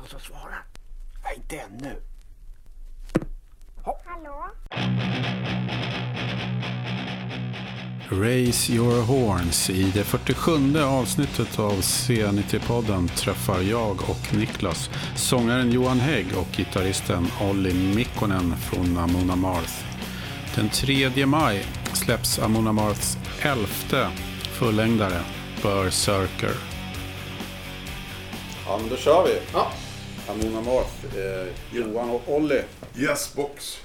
någon som svarar? Nej, inte ännu. Hallå? Raise your horns. I det 47:e avsnittet av C90-podden träffar jag och Niklas sångaren Johan Hägg och gitarristen Olli Mikkonen från Amon Amarth. Den 3 maj släpps Amon Amarths 11:e fullängdare, Berserker. Ja, men då kör vi. Ja. Amon Amarth, Johan och Olli. Yes, box.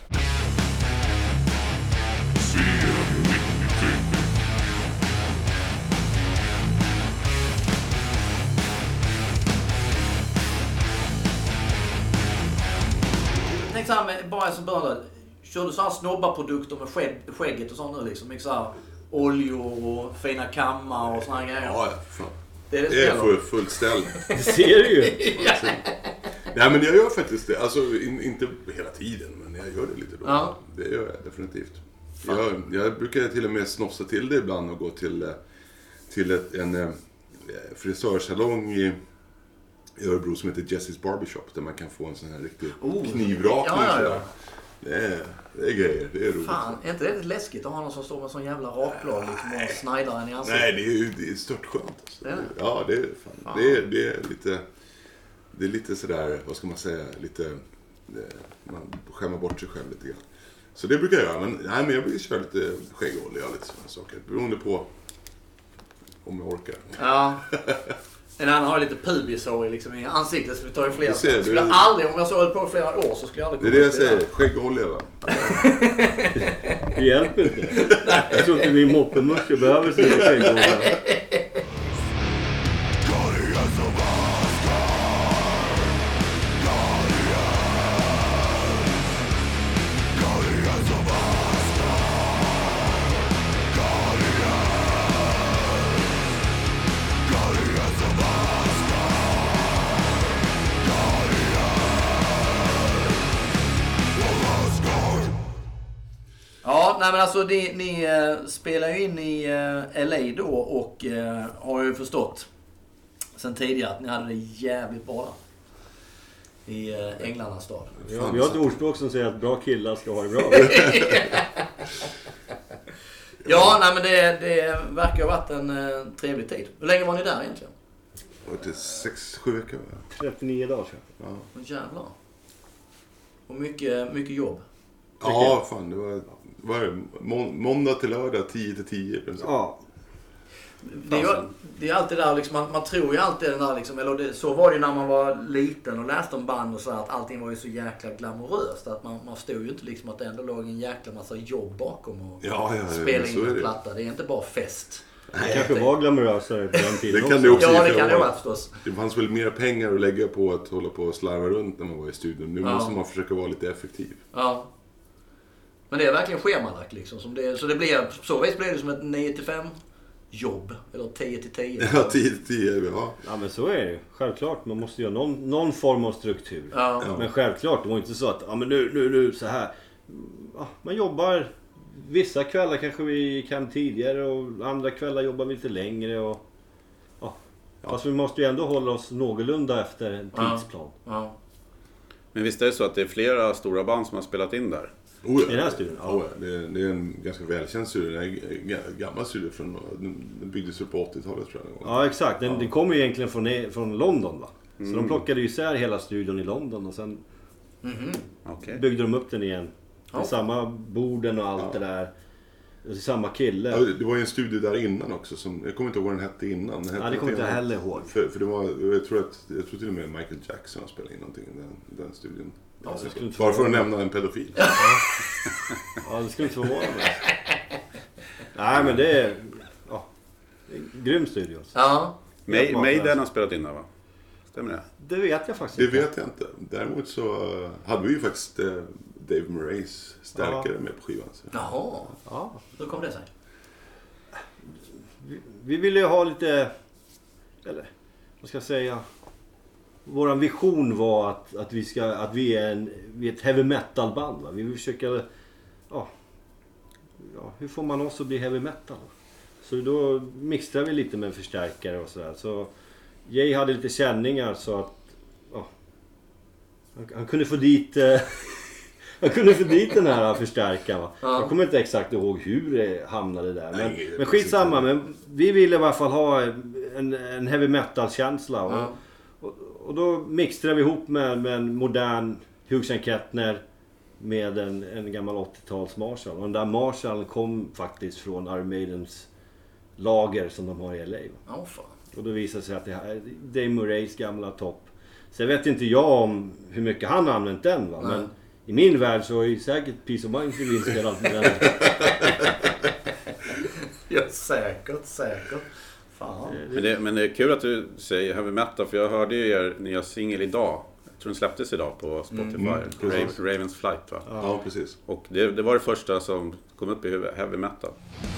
Tänk så här, bara som början. Kör du så här snobbarprodukter med skägget och sånt nu liksom? Så här, oljor och fina kammar och såna här grejer. Ja, fan. Det är Det är fullt ställ. Det ser du ju. Nej, men jag gör faktiskt det. Alltså, inte hela tiden, men jag gör det lite då. Ja. Det gör jag definitivt. Jag brukar till och med snofsa till det ibland och gå till en frisörsalong i Örebro som heter Jesse's Barbershop, där man kan få en sån här riktig knivrakning. Ja. Det är grejer, det är roligt. Fan, är inte det lite läskigt att ha någon som står med en sån jävla rakblad liksom och snijdar en i ansiktet? Nej, det är stört skönt. Alltså. Det är det? Ja, det är fan. Det är lite sådär, vad ska man säga, man skämmer bort sig själv lite grann. Så det brukar jag göra, men jag brukar köra lite skäggolja och lite sådana saker. Beroende på om jag orkar. Ja. En annan har lite pubishår liksom i ansiktet, så vi tar ju flera. Ser, Skulle jag aldrig, om jag såg det på flera år så skulle jag aldrig Det är det jag säger, skäggolja va? Det hjälper inte. Jag tror inte min moppemusche behöver sig skäggolja. Ja, nej men alltså ni spelar ju in i LA då och har ju förstått sen tidigare att ni hade det jävligt bra där. I Änglarnas stad. Ja, vi har ett ordspråk som säger att bra killar ska ha det bra. Ja, nej men det verkar ha varit en trevlig tid. Hur länge var ni där egentligen? Det är 6-7 veckor va? 39 dagar sedan. Ja. Jävlar. Och mycket jobb. Ja, fan, det var måndag till lördag 10-10. Ja. Det är alltid där liksom, man tror ju alltid den där liksom, eller så var det ju när man var liten och läste om band och så att allting var ju så jäkla glamoröst att man stod ju inte liksom att det ändå låg en jäkla massa jobb bakom och spela in en platta. Det är inte bara fest. Det kanske var glamorösare på den tiden. Det kan det också. Ja, det kan det vara förstås. Det fanns väl mer pengar att lägga på att hålla på och slarva runt när man var i studion. Nu måste man försöka vara lite effektiv. Ja. Men det är verkligen schemalagt liksom. Så det blir, på så vis blir det som ett 9-5 jobb. Eller 10-10. Ja, 10-10, ja. Ja, men så är det. Självklart, man måste göra någon form av struktur. Ja. Men självklart, det var inte så att ja, men nu så här. Ja, man jobbar vissa kvällar kanske vi gick hem tidigare och andra kvällar jobbar vi lite längre. Och, ja. Fast vi måste ju ändå hålla oss någorlunda efter en tidsplan. Ja. Men visst är det så att det är flera stora band som har spelat in där? Oh, I den här studion? Ja, det är en ganska välkänd studio. Det är en gammal studio den byggdes upp på 80-talet tror jag. Ja, exakt. Den kommer ju egentligen från London va? Så de plockade ju isär hela studion i London och sen byggde de upp den igen. Med samma borden och allt det där. Samma kille. Ja, det var ju en studio där innan också. Jag kommer inte ihåg vad den hette innan. Det kommer inte heller ihåg. För det var, jag tror till och med Michael Jackson har spelat in någonting i den studion. Ja, bara för att nämna en pedofil. Ja, det skulle inte förvåna mig. Nej, men det är en grym studio. Ja. Maiden har spelat in där va? Stämmer det? Det vet jag faktiskt inte. Det vet jag inte. Däremot så hade vi ju faktiskt Dave Murrays stärkare med på skivan. Så. Jaha. Ja. Hur kom det sig? Vi ville ju ha lite, eller vad ska jag säga, våran vision var att vi är ett heavy metal band va? Vi vill försöka hur får man oss att bli heavy metal? Så då mixade vi lite med förstärkare och sådär. Så Jay hade lite känningar så att Han kunde få dit... Han kunde få dit den här förstärkaren. Va? Jag kommer inte exakt ihåg hur det hamnade där. Men skitsamma. Men vi ville i alla fall ha en heavy metal-känsla. Och då mixtrade vi ihop med en modern Hughes & Kettner med en gammal 80-tals Marshall. Och den där Marshall kom faktiskt från Iron Maidens lager som de har i LA. Ja, fan. Och då visade sig att det här är Dave Murrays gamla topp. Så jag vet inte jag om hur mycket han har använt den. Va? Men i min värld så är ju säkert Peace of Mind för inspelat med den. Ja, säkert. Fan. Men det är kul att du säger heavy metal, för jag hörde ju er nya singel idag. Jag tror den släpptes idag på Spotify. Raven's Flight, va? Ja, precis. Och det var det första som kom upp i heavy metal.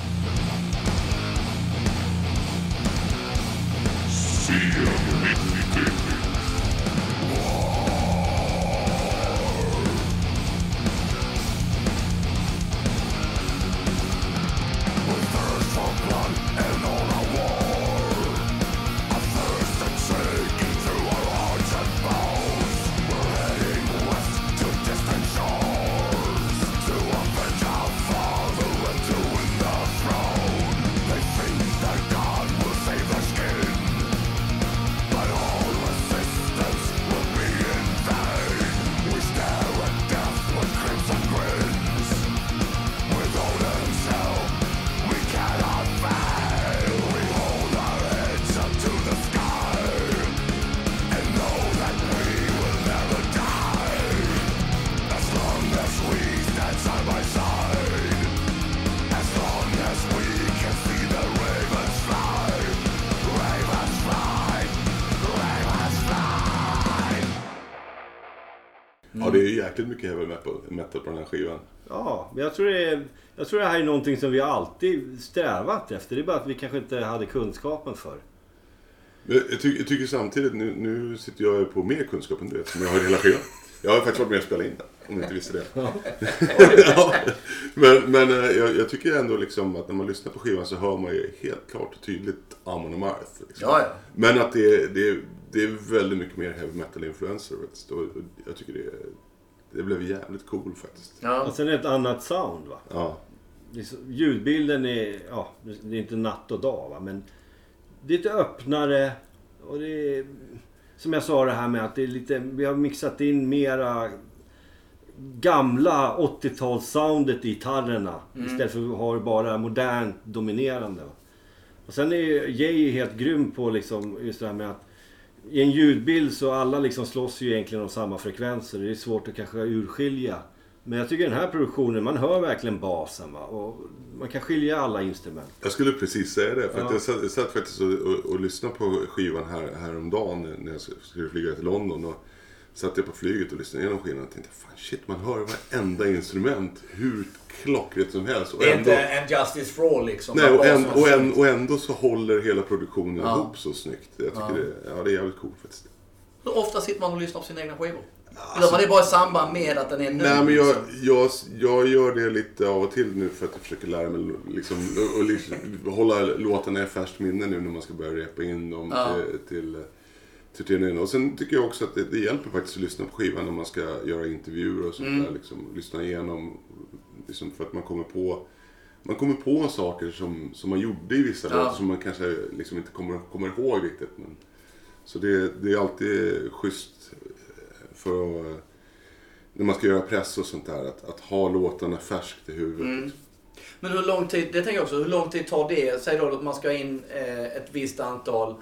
Ja, det är ju jäkligt mycket heavy metal på den här skivan. Ja, men jag tror det här är någonting som vi alltid strävat efter. Det är bara att vi kanske inte hade kunskapen för. Jag tycker samtidigt, nu sitter jag på mer kunskap än det som jag har i hela skivan. Jag har faktiskt varit med och spelat in det, om ni inte visste det. Ja. Men jag tycker ändå liksom att när man lyssnar på skivan så hör man ju helt klart och tydligt Amon Amarth. Liksom. Ja. Men att det är väldigt mycket mer heavy metal-influencer. Och jag tycker det blev jävligt cool faktiskt. Ja. Och sen ett annat sound, va? Ja. Ljudbilden är, det är inte natt och dag, va? Men det är lite öppnare. Och det är, som jag sa det här med att det är lite, vi har mixat in mera gamla 80-tals-soundet i gitarrerna. Istället för att ha bara modernt dominerande. Och sen är Jay helt grym på liksom just det här med att i en ljudbild så alla liksom slåss ju egentligen om samma frekvenser. Det är svårt att kanske urskilja. Men jag tycker den här produktionen, man hör verkligen basen, va? Och man kan skilja alla instrument. Jag skulle precis säga det. För att jag satt faktiskt och lyssnade på skivan häromdagen när jag skulle flyga till London. Och satt jag på flyget och lyssnade igenom skivan och tänkte, fan shit, man hör varenda instrument hur klockrent som helst. Det är inte en Justice for All liksom. Nej, och ändå så håller hela produktionen ihop så snyggt. Jag tycker det är jävligt coolt faktiskt. Hur ofta sitter man och lyssnar på sina egna skivor? Eller man är bara i samband med att den är ny? Nej, men jag gör det lite av och till nu för att jag försöker lära mig liksom, och hålla låtarna i färskt minne nu när man ska börja repa in dem till turnén. Och sen tycker jag också att det hjälper faktiskt att lyssna på skivan när man ska göra intervjuer och sånt där. Liksom, lyssna igenom liksom, för att man kommer på saker som man gjorde i vissa låtar som man kanske liksom inte kommer ihåg riktigt. Men, så det är alltid schysst för att, när man ska göra press och sånt där, att ha låtarna färskt i huvudet. Men hur lång tid, det tänker jag också, hur lång tid tar det? Säg då att man ska ha in ett visst antal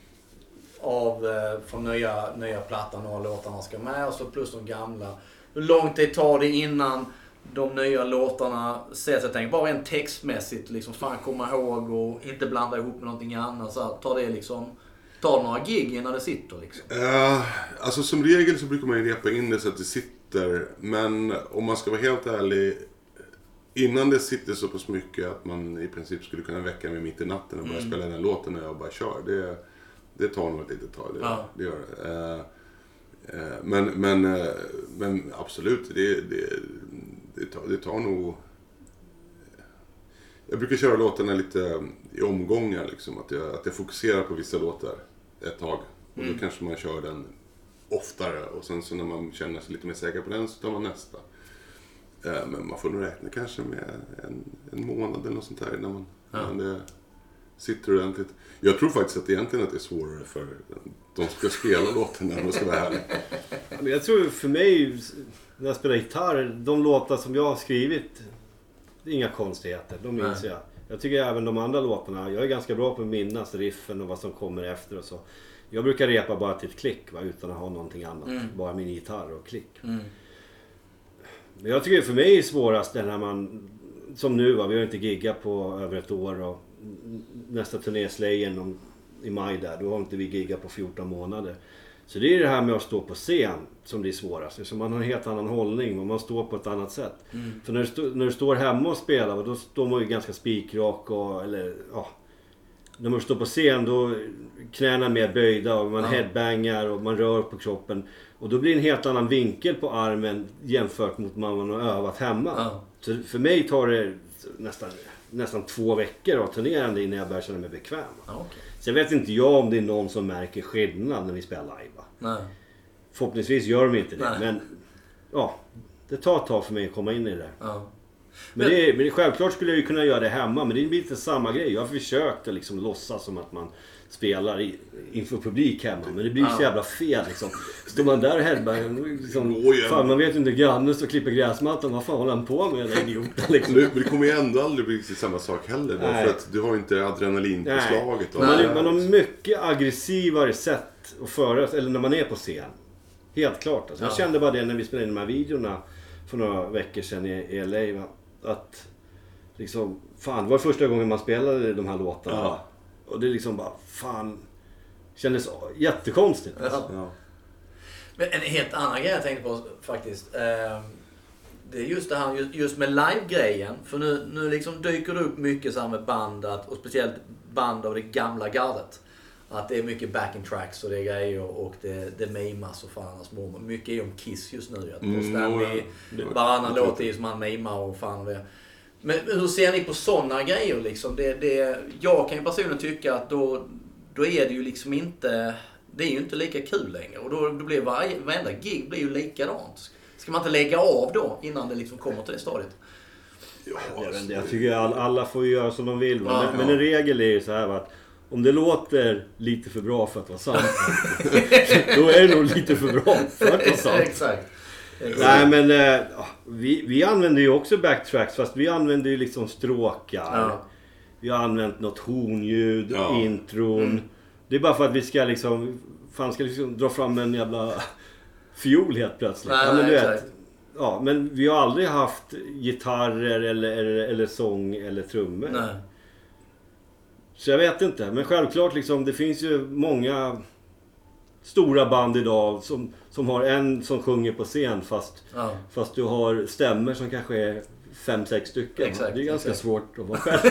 från nya plattan och låtarna ska med och så plus de gamla. Hur lång tid tar det innan de nya låtarna ses? Jag tänker bara en textmässigt liksom, fan komma ihåg och inte blanda ihop med någonting annat. Så tar det liksom, tar några gig innan det sitter liksom? Alltså som regel så brukar man ju repa in det så att det sitter. Men om man ska vara helt ärlig, innan det sitter så pass mycket att man i princip skulle kunna väcka mig mitt i natten och börja spela den låten när jag bara kör. Det tar nog ett litet tag, det gör det. Men absolut, det tar nog... Jag brukar köra låtarna lite i omgångar liksom, att jag fokuserar på vissa låtar ett tag. Och då kanske man kör den oftare. Och sen så när man känner sig lite mer säker på den så tar man nästa. Men man får nog räkna kanske med en månad eller något sånt där innan man sitter ordentligt. Jag tror faktiskt att egentligen att det är svårare för de ska spela låten när de ska vara här. Jag tror för mig, när jag spelar gitarr, de låtar som jag har skrivit, det är inga konstigheter, de minns jag. Jag tycker även de andra låtarna, jag är ganska bra på att minnas riffen och vad som kommer efter och så. Jag brukar repa bara till ett klick utan att ha någonting annat, bara min gitarr och klick. Men jag tycker för mig är svårast när man, som nu vi har inte giggat på över ett år och nästa turné Slayen i maj där, då har inte vi giggat på 14 månader. Så det är det här med att stå på scen som blir svårast. Så man har en helt annan hållning och man står på ett annat sätt. För när du står hemma och spelar, då står man ju ganska spikrak när man står på scen då knäna mer böjda och man headbangar och man rör på kroppen. Och då blir det en helt annan vinkel på armen jämfört mot vad man har övat hemma. Så för mig tar det nästan 2 veckor av turnerande innan jag börjar känna mig bekväm. Så jag vet inte om det är någon som märker skillnad när vi spelar live. Nej. Förhoppningsvis gör de inte det. Men det tar ett tag för mig att komma in i det. Men självklart skulle jag ju kunna göra det hemma, men det blir inte samma grej. Jag har försökt att liksom låtsas som att man spelar inför publik hemma, men det blir så jävla fel liksom. Står man där och headbangar liksom, fan man vet inte, grannen står och klipper gräsmattan, vad fan håller han på med den idioten liksom. Det kommer ju ändå aldrig bli samma sak heller, för att du har inte adrenalinpåslaget. Man har mycket aggressivare sätt att föra, eller när man är på scen. Helt klart alltså. Jag kände bara det när vi spelade in de här videorna för några veckor sedan i LA, att liksom, fan, det var första gången man spelade de här låtarna. Och det liksom bara, fan, kändes jättekonstigt. Men en helt annan grej jag tänkte på faktiskt. Det är just det här, just med live-grejen. För nu liksom dyker det upp mycket så här med bandet, och speciellt band av det gamla gardet. Att det är mycket backing tracks och det är grejer och det mimas och fan små. Mycket är om Kiss just nu. På Stanley, varannan låt är som han mimar och fan det. Men hur ser ni på sådana grejer liksom? Jag kan ju personligen tycka att då är det ju liksom inte, det är ju inte lika kul längre. Och då blir varenda gig blir ju likadant. Ska man inte lägga av då innan det liksom kommer till det stadiet? Jag tycker alla får göra som de vill. Men en regel är ju så här att om det låter lite för bra för att vara sant, då är det nog lite för bra för att vara sant. Exakt. Nej men vi använder ju också backtracks, fast vi använder ju liksom stråkar. Vi har använt något hornljud, intron. Det är bara för att vi ska liksom dra fram en jävla fiol helt plötsligt. Men vi har aldrig haft gitarrer eller sång eller trummor. Nej. Så jag vet inte, men självklart liksom, det finns ju många stora band idag som har en som sjunger på scen fast du har stämmer som kanske är 5-6 stycken. Exakt, det är ganska svårt att vara själv.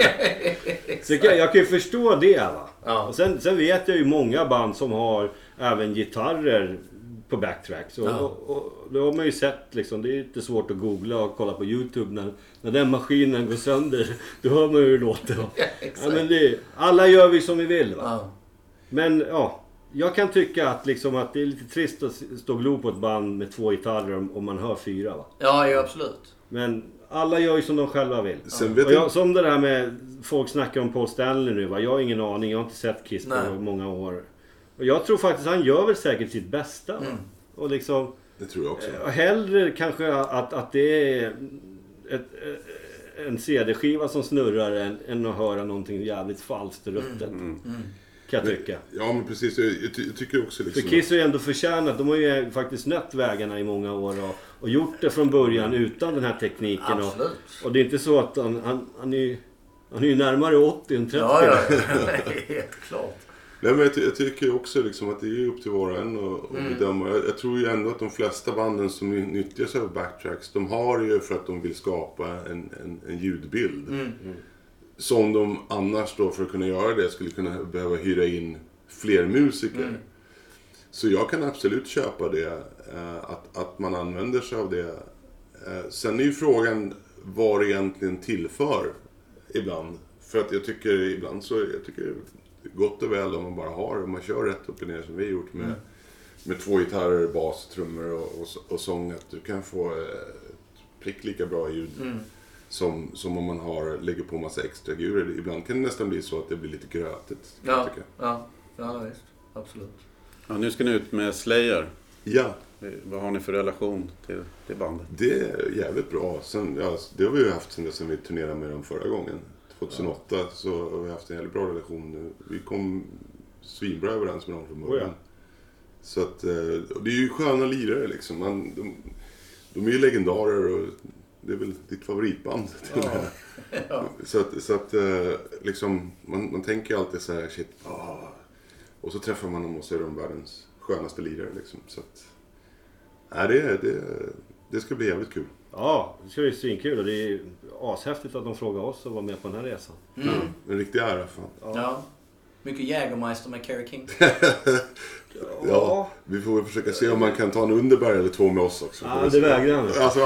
Så jag kan ju förstå det, va? Och sen vet jag ju många band som har även gitarrer på backtracks och det har man ju sett liksom, det är inte svårt att googla och kolla på YouTube när den maskinen går sönder, då hör man ju hur det låter. Men alla gör vi som vi vill, va? Men jag kan tycka att liksom att det är lite trist att stå och glo på ett band med 2 gitarrer om man hör 4, va? Ja, absolut. Men alla gör ju som de själva vill. Som det där med folk snackar om Paul Stanley nu, va? Jag har ingen aning, jag har inte sett Kiss på många år. Och jag tror faktiskt han gör väl säkert sitt bästa. Och liksom, det tror jag också. Hellre kanske att det är en CD-skiva som snurrar än att höra någonting jävligt falskt ruttet. Kan jag tycka. Ja, men precis. Jag tycker också liksom... För Kiss har ju ändå förtjänat. De har ju faktiskt nött vägarna i många år och gjort det från början utan den här tekniken. Och det är inte så att han är ju närmare 80 än 30. Ja, helt klart. Nej, men jag tycker också liksom att det är upp till var och en och bedöma. Jag tror ju ändå att de flesta banden som nyttjar sig av backtracks, de har ju för att de vill skapa en ljudbild. Som de annars då, för att kunna göra det, skulle kunna behöva hyra in fler musiker. Så jag kan absolut köpa det, att man använder sig av det. Sen är ju frågan vad det egentligen tillför ibland. För att jag tycker ibland så, jag tycker gott och väl om man bara om man kör rätt upp och ner som vi har gjort med 2 gitarrer, bas, trummor och sång, att du kan få prick lika bra ljud som om man lägger på massa extra gurer. Ibland kan det nästan bli så att det blir lite grötigt. Ja, visst. Absolut. Ja, nu ska ni ut med Slayer. Ja. Vad har ni för relation till bandet? Det är jävligt bra. Det har vi ju haft sen vi turnerade med dem förra gången. 2008 så har vi haft en jävligt bra relation nu. Vi kom svinbra överens med dem från början. Så att, och det är ju sköna lirare liksom. De är ju legendarer och det är väl ditt favoritband till det här. Så att liksom, man tänker ju alltid så här, shit, och så träffar man dem och så är de världens skönaste lirare liksom. Så att, det ska bli jävligt kul. Ja, det ska bli svinkul och det är ashäftigt att de frågar oss att vara med på den här resan. En riktig ära fan. Ja. Mycket Jägermeister med Kerry King. Ja, vi får försöka se om man kan ta en Underberg eller 2 med oss också. Ja, det vägrar han. Alltså,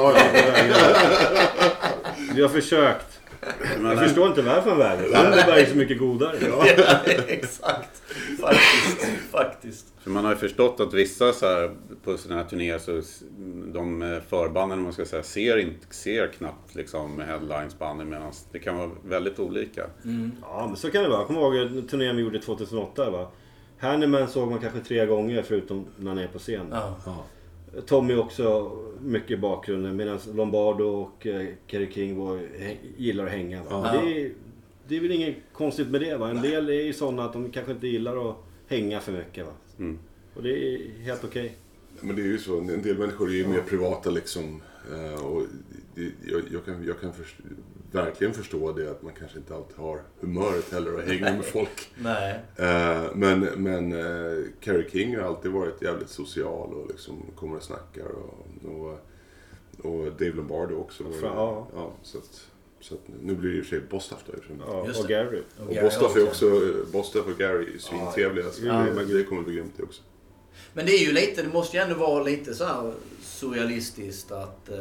Vi har försökt. Jag förstår inte varför han vägrar. Underberg är så mycket godare. Ja, exakt. Faktiskt. För man har ju förstått att vissa så här, på sådana här turnéer så de förbanden man ska säga ser knappt liksom headlinesbanden, medan det kan vara väldigt olika. Ja, men så kan det vara. Jag kommer ihåg turnén vi gjorde 2008 va. Hanneman såg man kanske 3 gånger förutom när han är på scen. Ja. Tommy också mycket i bakgrunden, medan Lombardo och Kerry King gillar att hänga. Va? Det är väl inget konstigt med det va. En del är ju sådana att de kanske inte gillar att hänga för mycket va. Och det är helt okej. Men det är ju så, en del människor är ju mer privata liksom. Och jag kan verkligen förstå det, att man kanske inte alltid har humöret heller att hänga med folk. Nej. Men Kerry King har alltid varit jävligt social och liksom kommer och snackar och Dave Lombardo också. Så att nu blir det ju i och för sig Bostaph då. Och Gary. Och Bostaph och Gary är svintrevliga. Det kommer bli grymt också. Men det är ju lite, det måste ju ändå vara lite så här surrealistiskt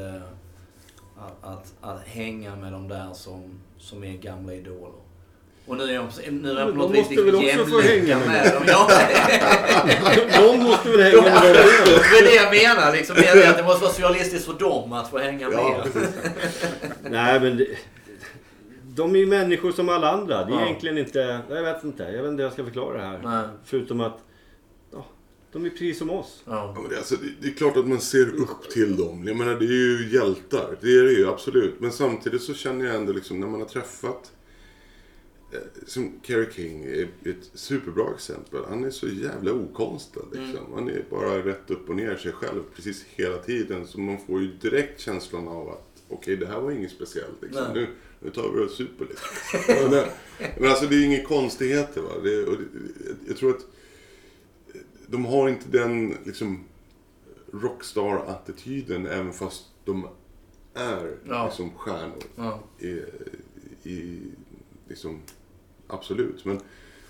att hänga med de där som är gamla idoler. Och nu är jag på något vis jämlika med dem. Någon måste väl hänga med dem. Det är det jag menar. Liksom, det måste vara surrealistiskt för dem att få hänga med. Nej, men de är ju människor som alla andra. Det är egentligen inte... Jag vet inte hur jag ska förklara det här. Nej. Förutom att de är precis som oss. Ja, men det är klart att man ser upp till dem. Jag menar, det är ju hjältar. Det är det ju, absolut. Men samtidigt så känner jag ändå liksom, när man har träffat som Kerry King är ett superbra exempel. Han är så jävla okonstlad liksom. Han är bara rätt upp och ner sig själv precis hela tiden. Så man får ju direkt känslan av att okej, det här var inget speciellt liksom. Nu tar vi det super liksom. Men alltså det är inga konstigheter va. Jag tror att de har inte den liksom rockstar-attityden, även fast de är liksom stjärnor i liksom, absolut. Men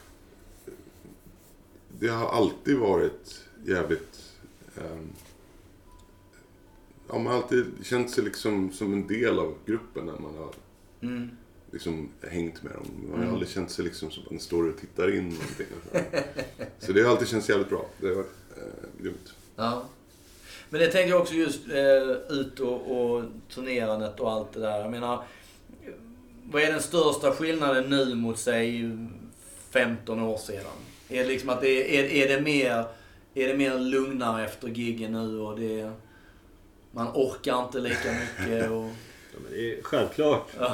det har alltid varit jävligt man har alltid känt sig liksom som en del av gruppen när man har liksom hängt med dem. Man har aldrig känt sig liksom som att man står och tittar in någonting. Så det har alltid känts jävligt bra. Det har varit grymt. Ja. Men det tänkte jag också just ut och turnerandet och allt det där. Jag menar, vad är den största skillnaden nu mot sig 15 år sedan? Är det liksom att är det mer lugnare efter giggen nu och man orkar inte lika mycket och... Ja, men det är självklart. Ja.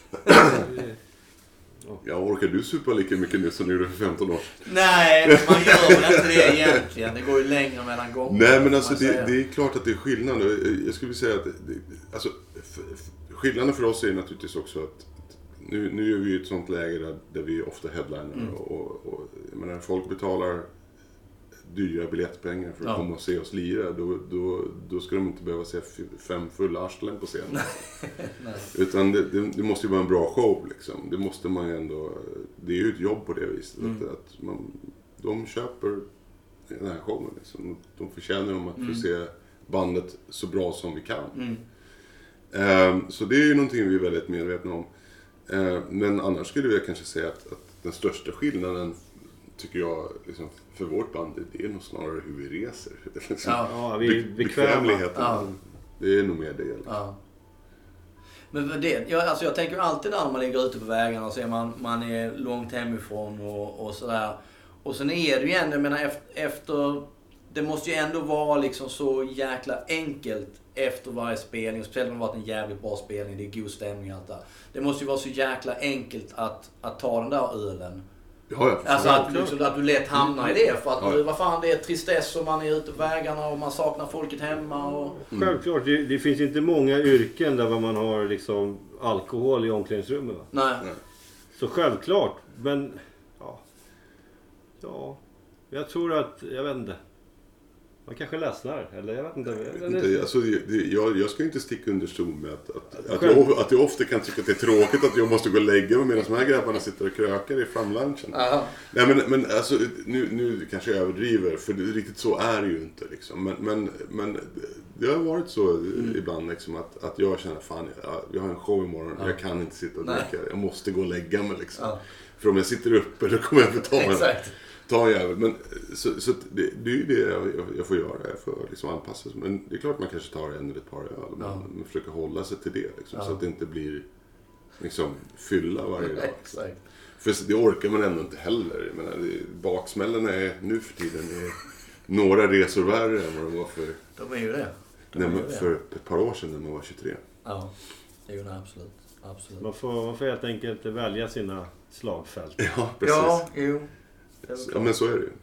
Jag orkar du supa lika mycket nu som du gjorde för 15 år? Nej, man gör väl inte det egentligen. Det går ju längre mellan gånger. Nej, men alltså det är klart att det är skillnad. Jag skulle säga att alltså, skillnaden för oss är naturligtvis också att nu är vi i ett sånt läge där vi ofta headliner och jag menar, folk betalar dyra biljettpengar för att komma och se oss lira, då ska de inte behöva se 5 fulla arslen på scenen. Utan det måste ju vara en bra show liksom. Det måste man ju ändå, det är ju ett jobb på det viset att de köper den här showen liksom. De förtjänar om att få se bandet så bra som vi kan. Så det är ju någonting vi är väldigt medvetna om. Men annars skulle jag kanske säga att den största skillnaden tycker jag, liksom, för vårt band, det är nog snarare hur vi reser. Liksom, vi bekvämligheten. Det är nog mer det. Liksom. Ja. Men jag tänker alltid när man ligger ute på vägarna och så är man är långt hemifrån och sådär. Och sen är det ju ändå, jag menar, efter det måste ju ändå vara liksom så jäkla enkelt efter varje spelning. Speciellt om det har varit en jävligt bra spelning, det är god stämning och allt där. Det måste ju vara så jäkla enkelt att ta den där ölen. Ja. Alltså att du lätt hamnar i det. För att vad fan, det är tristess och man är ute på vägarna och man saknar folket hemma. Och... Självklart, det finns inte många yrken där man har liksom alkohol i omklädningsrummet. Va? Nej. Så självklart, men ja, jag tror att, jag vet inte. Man kanske ledsnar, eller jag vet inte. Alltså, jag ska inte sticka under stol med att jag ofta kan tycka att det är tråkigt att jag måste gå och lägga mig medan de här grabbarna sitter och krökar i framlunchen. Nej, men alltså, nu kanske jag överdriver, för riktigt så är det ju inte. Liksom. Men det har varit så ibland liksom, att jag känner, fan, jag har en show imorgon, jag kan inte sitta och dricka, jag måste gå och lägga mig. Liksom. För om jag sitter uppe, då kommer jag få ta en jävel. Men, så det är ju det jag får göra. Jag får liksom anpassa sig. Men det är klart man kanske tar en eller ett par öl. Men man försöker hålla sig till det. Liksom, så att det inte blir liksom, fylla varje dag. Exakt. För det orkar man ändå inte heller. Jag menar, baksmällen är nu för tiden några resor värre än vad de var för... De är ju det. För ett par år sedan när man var 23. Ja, det är ju absolut. Man får helt enkelt välja sina slagfält. Ja, precis. Ja, jo. Ja, men så är det ju.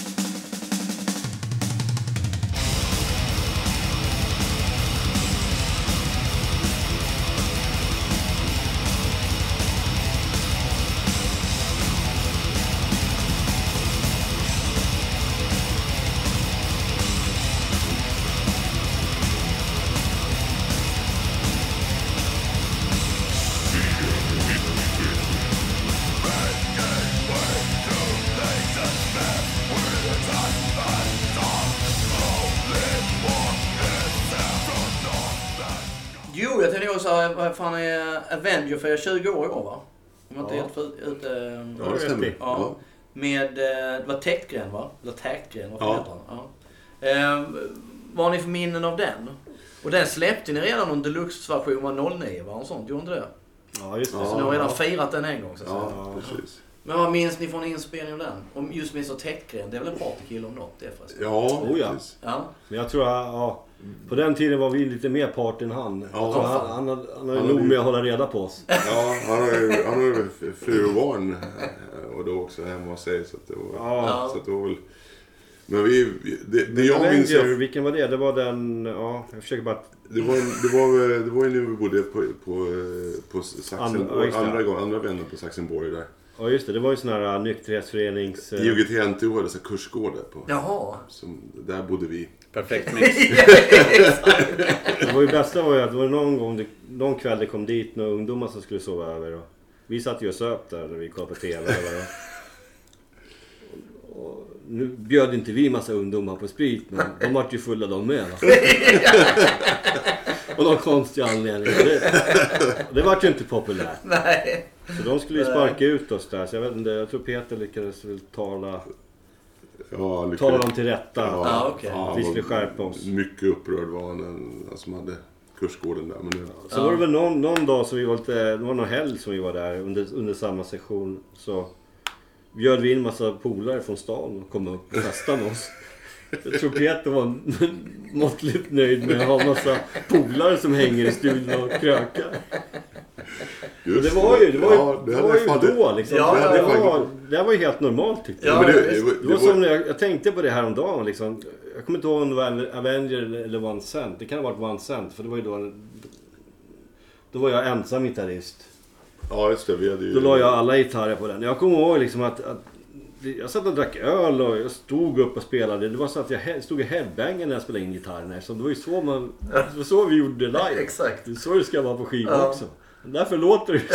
Jag tänkte också, vad fan är Avenger för 20 år i år, va? Om man inte helt ute... Ja, det stämmer. Ja. Med, det var Täktgren, va? Eller Täktgren, vad heter han? Ja. Vad har ni för minnen av den? Och den släppte ni redan någon deluxe-version av 09, va? Och sånt, gjorde inte det? Ja, just det. Så ni har redan firat den en gång, så att säga. Ja, precis. Men vad minns ni från inspelningen av den? Om just minns Täktgren, det är väl en partykille om något, det förresten? Ja, precis. Men jag tror på den tiden var vi lite mer part än han. Ja, han har nog med att hålla reda på oss. Ja, han har ju fru och barn och då också hemma hos sig, så att det var, så att det var väl... Men det jag minns... Vilken var det? Det var den... Ja, jag försöker bara... Det var ju när vi bodde på Saxenborg, andra vännen på Saxenborg där. Ja, just det. Det var ju sån här nykterhetsförenings... IOGT-NTO hade så kursgårdar på. Jaha. Där bodde vi. Perfekt mix. Det var ju bästa var ju att det var någon kväll det kom dit några ungdomar som skulle sova över. Och vi satt ju och söp där när vi kollade på TV. Och nu bjöd inte vi massa ungdomar på sprit, men de var ju fulla de med. Och någon konstig anledning. Det var ju inte populärt. Nej. Så de skulle ju sparka ut oss där. Så jag vet inte, jag tror Peter lyckades väl tala dem till rätta. Okay. Vi skulle skärpa oss. Mycket upprörd var han som hade kursgården där. Men så var det väl någon dag som vi var lite... Det var någon helg som vi var där under samma session. Så bjöd vi in massa polare från stan och kom upp och festade med oss. Jag tror Peter var måttligt nöjd med att ha massa polare som hänger i studion och krökar. Det var ju då liksom. Det var ju helt normalt, tyckte jag. Det var som jag tänkte på det här om dagen liksom. Jag kommer inte ihåg om det var Avenger eller One Cent. Det kan ha varit One Cent, för det var ju då var jag ensam gitarrist. Ja, just det. Då la jag alla gitarrer på den. Jag kommer ihåg liksom att jag satt och drack öl och jag stod upp och spelade. Det var så att jag stod i headbangen när jag spelade in gitarren. Så det var ju så vi gjorde live. Exakt. Det är så det ska vara på skiva också. Därför låter det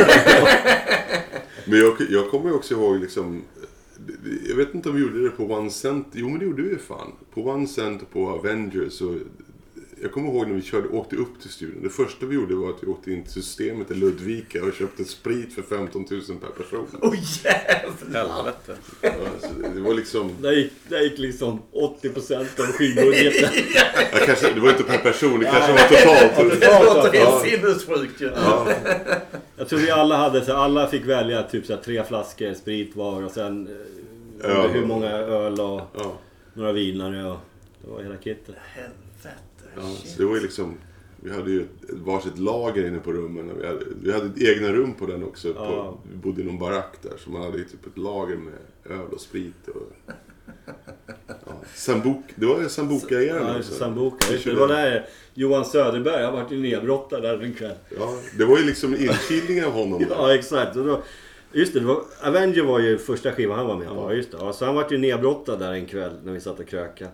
Men jag kommer också ihåg liksom... Jag vet inte om vi gjorde det på One Cent. Jo, men det gjorde vi fan. På One Cent och på Avengers så... jag kommer ihåg när vi åkte upp till studion. Det första vi gjorde var att vi åkte in till Systemet i Ludvika och köpte sprit för 15 000 per person. Jävlar! Helvete. Ja, det var liksom... Det gick liksom 80% av skivbudgeten. Ja, kanske, det var inte per person, det kanske var totalt. Det låter helt sinnessjukt ju. Ja. Jag tror vi alla hade så alla fick välja typ så 3 flaskor sprit var och sen hur många öl och några vinare och det var hela kittet. Helvete. Ja, så det var ju liksom, vi hade ju varsitt lager inne på rummen. Vi hade egna rum på den också. Vi bodde i någon barack där, så man hade ju typ ett lager med öl och sprit. Och, det var Sambuca-eran också. Sambuca. Det var där Johan Söderberg, jag varit i nedbrottad där en kväll. Ja, det var ju liksom inkilningen av honom där. Ja, exakt. Och då, just det, Avenger var ju första skivan han var med på. Just det. Ja, så han var ju nedbrottad där en kväll när vi satt och krökade.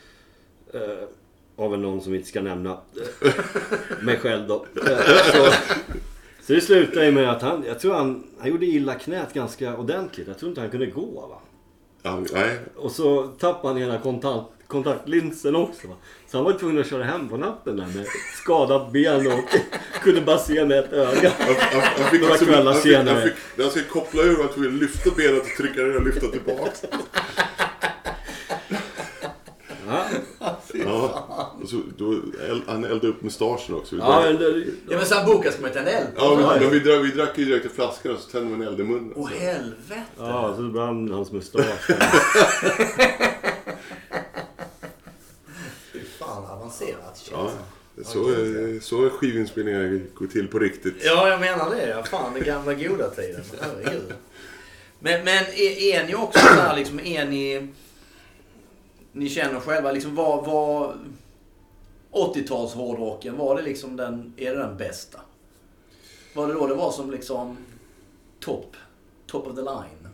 Av någon som vi inte ska nämna. Mig själv då. Så det slutade med att jag tror han gjorde illa knät ganska ordentligt. Jag tror inte han kunde gå, va? Ja, nej. Och så tappade han hela kontaktlinsen också, va? Så han var tvungen att köra hem på natten där med skadat ben och kunde bara se med ett öga. Han fick några kvällar senare. Han skulle koppla ur och tog lyfta benet och trycka det och lyfta tillbaka. Ja, och så, han eldade upp mustaschen också. Men Sambuca ska man inte en eld. Ja, men vi drack ju direkt i flaskan och så tände man en eld i munnen. Åh helvete. Ja, så brann hans mustasch. Fy fan, avancerat shit. Ja, så skivinspelningar går till på riktigt. Ja, jag menar det. Ja, fan, den gamla goda tiden. Herregud. Men är ni också så här liksom, ni känner själva liksom vad 80-tals hårdrocken, var det liksom är det den bästa? Var det då det var som liksom top of the line?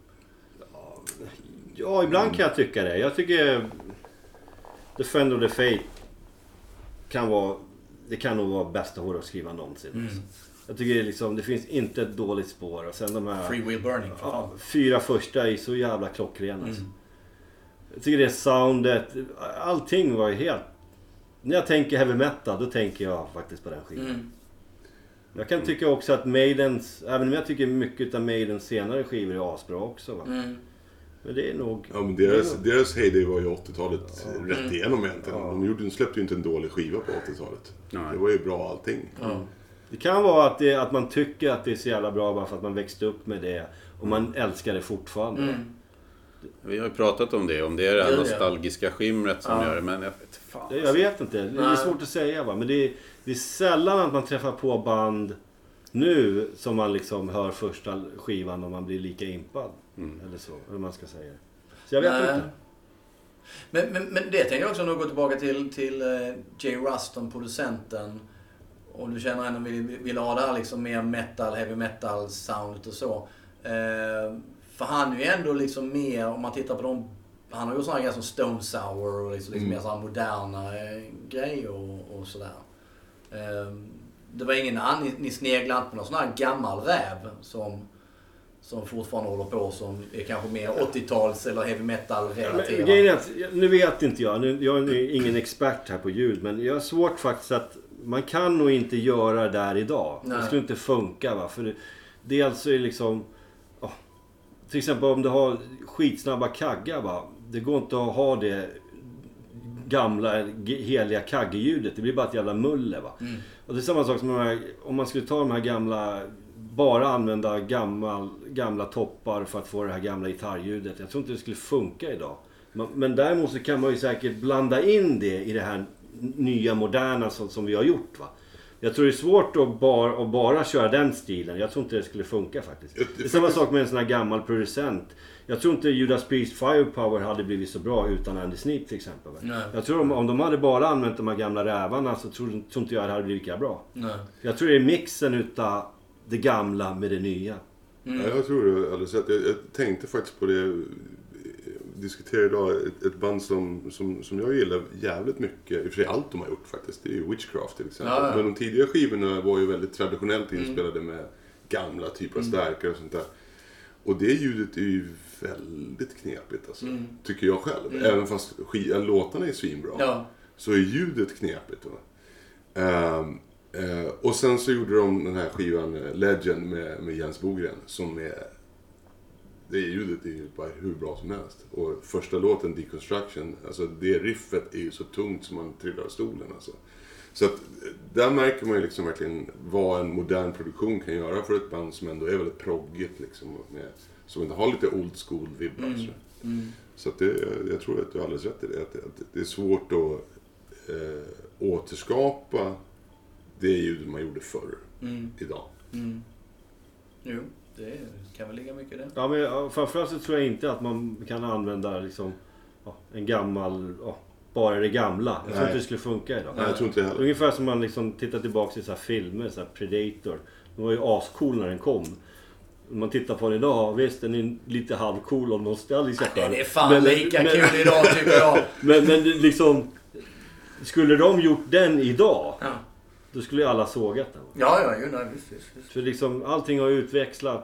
Ja, ibland kan jag tycka det. Jag tycker Defend of the Fate kan nog vara bästa hårdrocksskivan någonsin. Jag tycker liksom, det finns inte ett dåligt spår och sen de här Free Will Burning för fan. 4 första är så jävla klockrena. Alltså. Jag tycker det soundet, allting var ju helt... När jag tänker heavy metal, då tänker jag faktiskt på den skivan. Jag kan tycka också att Maidens, även om jag tycker mycket av Maidens senare skivor är asbra också, va? Men det är nog... Ja, men deras heyday var ju 80-talet rätt igenom egentligen. De släppte ju inte en dålig skiva på 80-talet. Det var ju bra allting. Det kan vara att man tycker att det är så jävla bra bara för att man växte upp med det och man älskar det fortfarande. Vi har ju pratat om det är det här nostalgiska skimret som gör det, men jag vet fan. Jag vet inte, det är svårt att säga, va? Men det är sällan att man träffar på band nu som man liksom hör första skivan och man blir lika impad. Eller så, eller man ska säga. Så jag vet inte. Men det tänkte jag också nog gå tillbaka till Jay Ruston, producenten. Om du känner ändå vill ha det här liksom mer metal, heavy metal soundet och så. För han är ju ändå liksom mer, om man tittar på dem, han har ju sådana grejer som Stone Sour och liksom mer sådana moderna grejer och sådär. Det var ingen annan, ni sneglar inte på någon sån här gammal räv som fortfarande håller på, som är kanske mer 80-tals eller heavy metal relaterad. Nu vet inte jag är ingen expert här på ljud, men jag har svårt faktiskt att man kan nog inte göra det där idag. Det skulle inte funka, va? För det är alltså liksom... Till exempel om du har skitsnabba kaggar, va? Det går inte att ha det gamla heliga kaggeljudet. Det blir bara ett jävla muller, va? Och det är samma sak som om man skulle ta de här gamla, bara använda gamla toppar för att få det här gamla gitarrljudet. Jag tror inte det skulle funka idag. Men däremot så kan man ju säkert blanda in det i det här nya moderna som vi har gjort, va? Jag tror det är svårt att bara köra den stilen. Jag tror inte det skulle funka faktiskt. Det är samma sak med en sån här gammal producent. Jag tror inte Judas Priest Firepower hade blivit så bra utan Andy Sneap till exempel. Jag tror om de hade bara använt de här gamla rävarna så tror inte jag det hade blivit lika bra. Jag tror det är mixen utav det gamla med det nya. Ja, jag tror det alldeles rätt. Jag tänkte faktiskt på det. Diskuterar idag ett band som jag gillar jävligt mycket, i och för sig allt de har gjort faktiskt, det är ju Witchcraft till exempel. Men de tidiga skivorna var ju väldigt traditionellt inspelade med gamla typer av stärkare och sånt där. Och det ljudet är ju väldigt knepigt alltså, tycker jag själv. Även fast låtarna är svinbra. så är ljudet knepigt. Och sen så gjorde de den här skivan Legend med Jens Bogren som är... Det ljudet är ju bara hur bra som helst. Och första låten, Deconstruction, alltså det riffet är ju så tungt som man trillar av stolen. Alltså. Så att där märker man ju liksom verkligen vad en modern produktion kan göra för ett band som ändå är väldigt proggigt. Liksom, som inte har lite old school vibbar. Så att jag tror att du har alldeles rätt i det. Att det är svårt att återskapa det ljud man gjorde förr idag. Jo. Det kan väl ligga mycket i det. Ja, men framförallt så tror jag inte att man kan använda liksom, en gammal, bara det gamla. Jag tror inte det skulle funka idag. Nej, jag tror inte heller. Ungefär som man liksom tittar tillbaka i så här filmer, så här Predator. Det var ju ascool när den kom. Om man tittar på den idag, visst den är lite halvcool och nostalgisk. Nej, det är fan lika kul idag tycker jag. Men liksom, skulle de gjort den idag... Ja. Då skulle ju alla sågat den. Ja, visst. För liksom allting har utvecklat.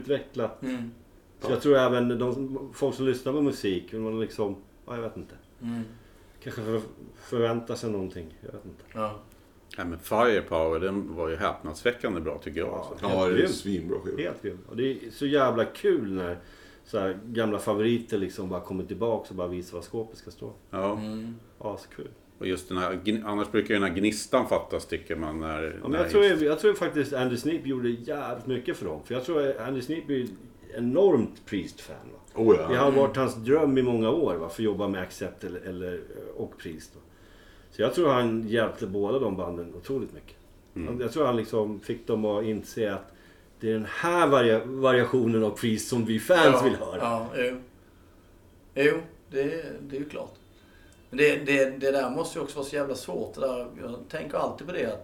Så jag tror även folk som lyssnar på musik, man liksom, jag vet inte. Kanske förväntar sig någonting, jag vet inte. Ja, men Firepower, den var ju häpnadsväckande bra tycker jag. Ja, det är svinbra skiva. Helt grym. Och det är så jävla kul när så här gamla favoriter liksom bara kommer tillbaka och bara visar vad skåpet ska stå. Ja. Ja, så kul. Och just den här, annars brukar ju den här gnistan fattas tycker man när... Ja, men jag tror faktiskt Andy Sneap gjorde jävligt mycket för dem. För jag tror att Andy Sneap är enormt Priest-fan. Det har varit hans dröm i många år för att jobba med Accept och Priest. Så jag tror han hjälpte båda de banden otroligt mycket. Jag tror han liksom fick dem att inse att det är den här variationen av Priest som vi fans vill höra. Jo, det är ju klart. Men det där måste ju också vara så jävla svårt. Det där, jag tänker alltid på det att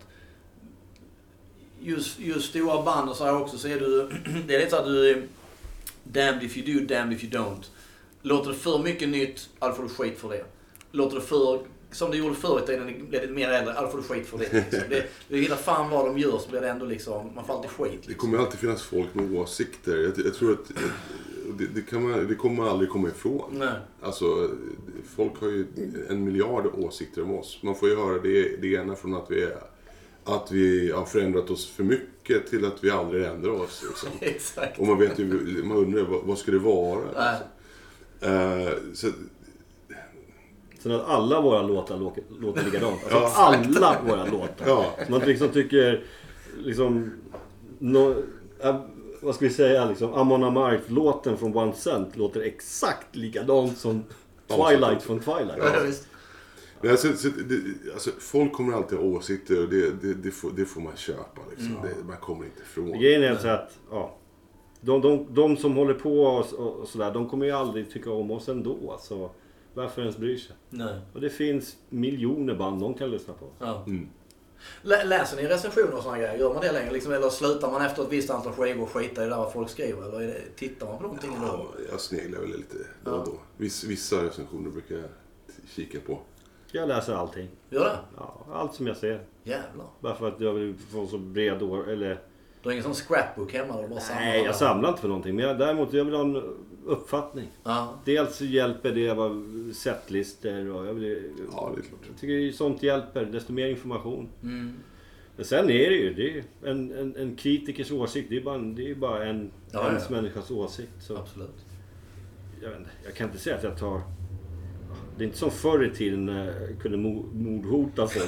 just stora band och så här också så är du... Det är lite så att du är damned if you do, damned if you don't. Låter det för mycket nytt, alltså får du skit för det. Låter det för... Som det gjorde förut när det blev lite mer äldre, alltså får du skit för det. Liksom. Det hittar fan vad de gör så blir det ändå liksom... Man får alltid skit. Liksom. Det kommer alltid finnas folk med åsikter. Jag tror att... Det kommer man aldrig komma ifrån. Nej. Alltså, folk har ju 1 miljard åsikter om oss. Man får ju höra det ena från att vi har förändrat oss för mycket till att vi aldrig ändrar oss. Liksom. Exakt. Och man vet ju, man undrar vad ska det vara? Så att alla våra låtar låter likadant. Alltså alla våra låtar. Ja. Så man liksom tycker liksom vad ska vi säga liksom Amon Amarth-låten från One Cent låter exakt likadant som Twilight från Twilight. Ja, men alltså, folk kommer alltid ha åsikter och det får man köpa liksom. Man kommer inte ifrån. Grejen är så att de som håller på och sådär, de kommer ju aldrig tycka om oss ändå. Alltså, varför ens bryr sig? Nej. Och det finns miljoner band de kan lyssna på. Ja. Läser ni recensioner och sådana grejer? Gör man det längre? Liksom, eller slutar man efter ett visst antal skivor och skita i det där vad folk skriver? Eller tittar man på någonting då? Jag sneglar väl lite då och då. Vissa recensioner brukar jag kika på. Jag läser allting. Gör det? Ja, allt som jag ser. Jävlar. Bara för att jag vill få så bred eller... Du har ingen sån scrapbook hemma? Eller bara nej, jag samlar inte för någonting. Men däremot jag vill ha en uppfattning. Ja. Dels hjälper det vad setlister och jag vill... Ja, det är klart. Jag tycker sånt hjälper. Desto mer information. Men sen är det ju en kritikers åsikt. Det är bara en människas åsikt. Så. Absolut. Jag kan inte säga att jag tar... Det är inte som förr i tiden när jag kunde mordhota folk.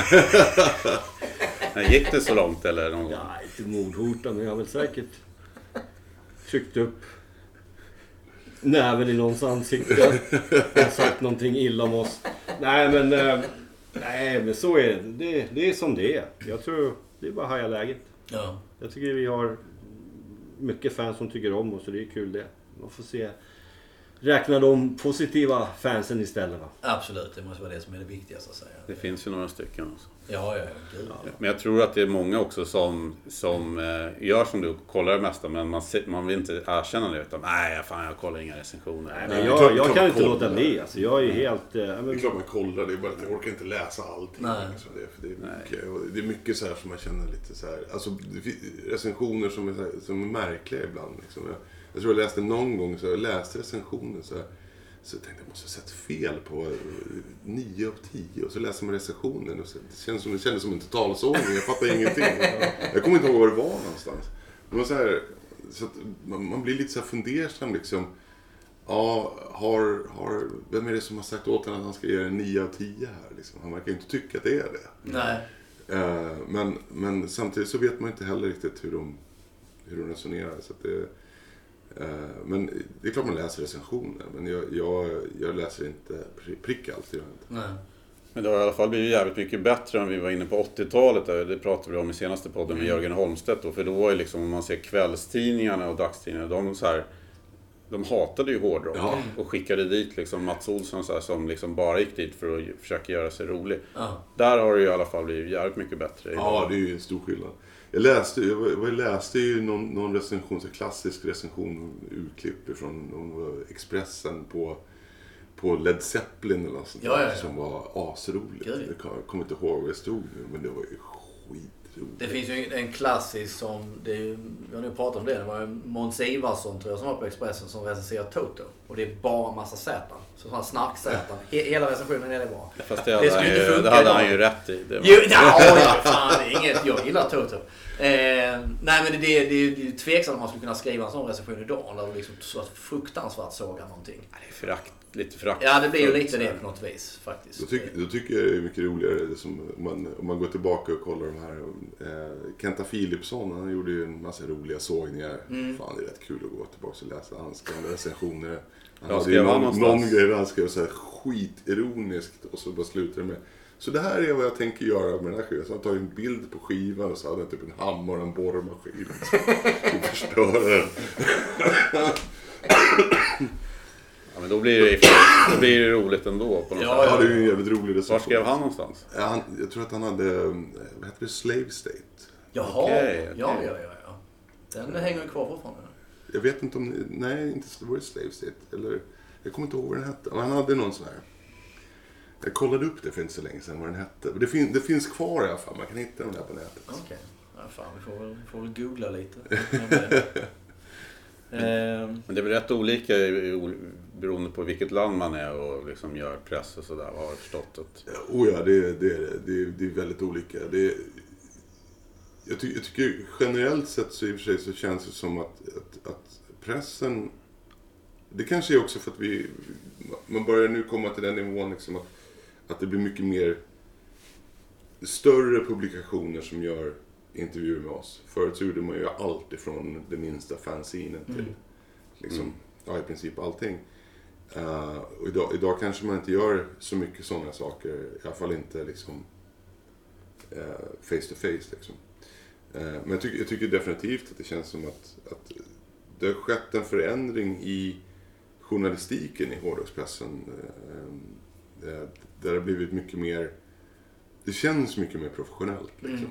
Gick det så långt eller någon gång? Ja, inte mordhota, men jag har väl säkert tryckt upp näven i någons ansikte. Jag har sagt någonting illa om oss. Nej, men så är det. Det är som det är. Jag tror det är bara haja läget. Ja. Jag tycker vi har mycket fans som tycker om oss och det är kul det. Man får se... Räkna de positiva fansen istället, va? Absolut, det måste vara det som är det viktigaste att säga. Det finns ju några stycken också. Ja, gud. Men jag tror att det är många också som gör som du, kollar det mesta, men man vill inte erkänna det utan jag kollar inga recensioner. Nej, jag kan inte låta bli. Alltså, jag är helt... Det är klart man kollar, det är bara att jag orkar inte läsa allting. Nej. Liksom det är mycket så här som man känner lite så här... Alltså recensioner som är märkliga ibland. Liksom. Jag tror jag läste någon gång så jag läste recensioner så här. Så jag tänkte, jag måste ha sett fel på 9 av 10. Och så läser man recensionen och så, det kändes som en totalsågning. Jag fattar ingenting. Jag kommer inte ihåg var det var någonstans. Det var så här, så att man blir lite så här fundersam liksom. Ja, vem är det som har sagt åt honom att han ska ge en 9 av 10 här? Liksom? Han verkar inte tycka att det är det. Nej. Men samtidigt så vet man inte heller riktigt hur de resonerar. Så att men det är klart man läser recensioner. Men jag läser inte prick allt. Nej. Men det har i alla fall blivit jävligt mycket bättre än vi var inne på 80-talet. Det pratade vi om i senaste podden med Jörgen Holmstedt. För då är liksom, om man ser kvällstidningarna och dagstidningarna, de hatade ju hårdrock och skickade dit liksom Mats Olsson så här, som liksom bara gick dit för att försöka göra sig rolig. Där har det ju i alla fall blivit jävligt mycket bättre. Ja, det är ju en stor skillnad. Jag läste ju någon recension, så klassisk recension, urklipp från Expressen på Led Zeppelin eller något sånt där, som var asroligt. Jag kommer inte ihåg vad det stod nu, men det var ju skitroligt. Det finns ju en klassisk som, vi har nu pratat om det var Måns Ivarsson tror jag som var på Expressen som recenserar Toto. Och det är bara massa sätan. Så sådana snark-sätan. Hela recensionen är det bra. Fast det hade han ju rätt i. Det är inget, jag gillar Toto. Nej men det är ju tveksamt om man skulle kunna skriva en sån recension idag. Där det liksom så fruktansvärt sågar någonting. Det är lite förakt. Ja, det blir ju lite det på något vis faktiskt. Då tycker jag det är mycket roligare det som, om man går tillbaka och kollar de här. Kenta Philipsson, han gjorde ju en massa roliga sågningar. Fan, det är rätt kul att gå tillbaka och läsa hans gamla recensioner. Han hade ju någon grej han skrev så här skitironiskt och så bara slutade det med: så det här är vad jag tänker göra med den här skivan. Så han tar en bild på skivan och så hade han typ en hammare och en borrmaskin. Så förstör den. Ja, men då blir det roligt ändå på något sätt. Ja, det är ju en jävligt rolig recension. Var skrev han någonstans? Jag tror att han hade, vad heter det, Slave State. Jaha, Okay. Ja. Den hänger ju kvar fortfarande. Jag vet inte om, nej, inte det var Slave State. Eller, jag kommer inte ihåg vad den hette. Han hade någon sån här. Jag kollade upp det för inte så länge sedan vad den hette. Det finns kvar i alla fall, man kan hitta den där på nätet. Okej. Ja, fan, vi får väl googla lite. Men det är väl rätt olika beroende på vilket land man är och liksom gör press och sådär, har jag förstått att... Det är väldigt olika. Jag tycker generellt sett så i och för sig så känns det som att pressen... Det kanske är också för att man börjar nu komma till den nivån liksom att det blir mycket mer större publikationer som gör intervjuer med oss. Förut så gjorde man ju allt ifrån det minsta fanzinen till liksom, i princip allting. Och idag kanske man inte gör så mycket sådana saker, i alla fall inte liksom face to face liksom. Men jag tycker definitivt att det känns som att det har skett en förändring i journalistiken i hårdrockspressen. Där det har blivit mycket mer, det känns mycket mer professionellt liksom.